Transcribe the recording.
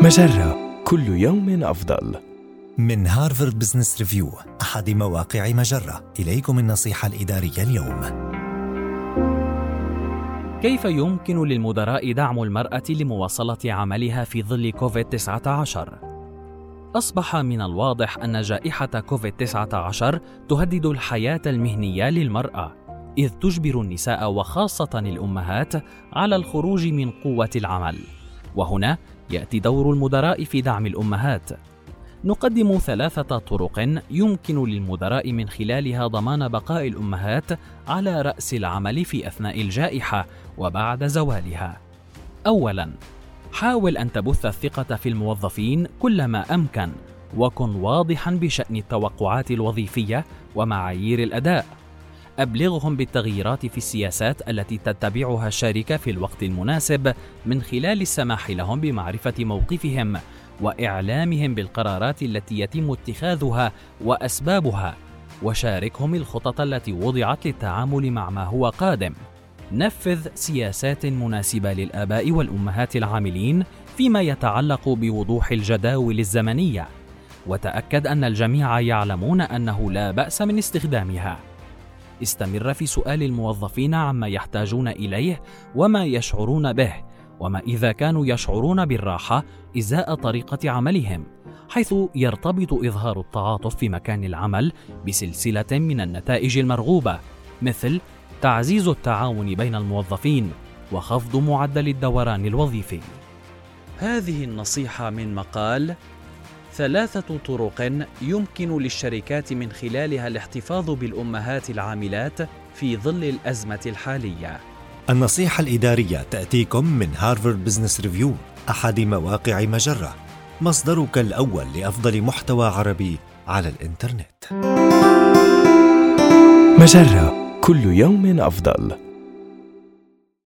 مجرة، كل يوم أفضل. من هارفارد بزنس ريفيو، أحد مواقع مجرة، إليكم النصيحة الإدارية اليوم. كيف يمكن للمدراء دعم المرأة لمواصلة عملها في ظل كوفيد-19؟ أصبح من الواضح أن جائحة كوفيد-19 تهدد الحياة المهنية للمرأة، إذ تجبر النساء وخاصة الأمهات على الخروج من قوة العمل. وهنا يأتي دور المدراء في دعم الأمهات. نقدم 3 طرق يمكن للمدراء من خلالها ضمان بقاء الأمهات على رأس العمل في أثناء الجائحة وبعد زوالها. أولاً، حاول أن تبث الثقة في الموظفين كلما أمكن، وكن واضحاً بشأن التوقعات الوظيفية ومعايير الأداء. أبلغهم بالتغييرات في السياسات التي تتبعها الشركة في الوقت المناسب من خلال السماح لهم بمعرفة موقفهم وإعلامهم بالقرارات التي يتم اتخاذها وأسبابها، وشاركهم الخطط التي وضعت للتعامل مع ما هو قادم. نفذ سياسات مناسبة للآباء والأمهات العاملين فيما يتعلق بوضوح الجداول الزمنية، وتأكد أن الجميع يعلمون أنه لا بأس من استخدامها. استمر في سؤال الموظفين عما يحتاجون إليه وما يشعرون به، وما إذا كانوا يشعرون بالراحة إزاء طريقة عملهم، حيث يرتبط إظهار التعاطف في مكان العمل بسلسلة من النتائج المرغوبة، مثل تعزيز التعاون بين الموظفين وخفض معدل الدوران الوظيفي. هذه النصيحة من مقال 3 طرق يمكن للشركات من خلالها الاحتفاظ بالأمهات العاملات في ظل الأزمة الحالية. النصيحة الإدارية تأتيكم من هارفارد بزنس ريفيو، أحد مواقع مجرة، مصدرك الأول لأفضل محتوى عربي على الإنترنت. مجرة، كل يوم أفضل.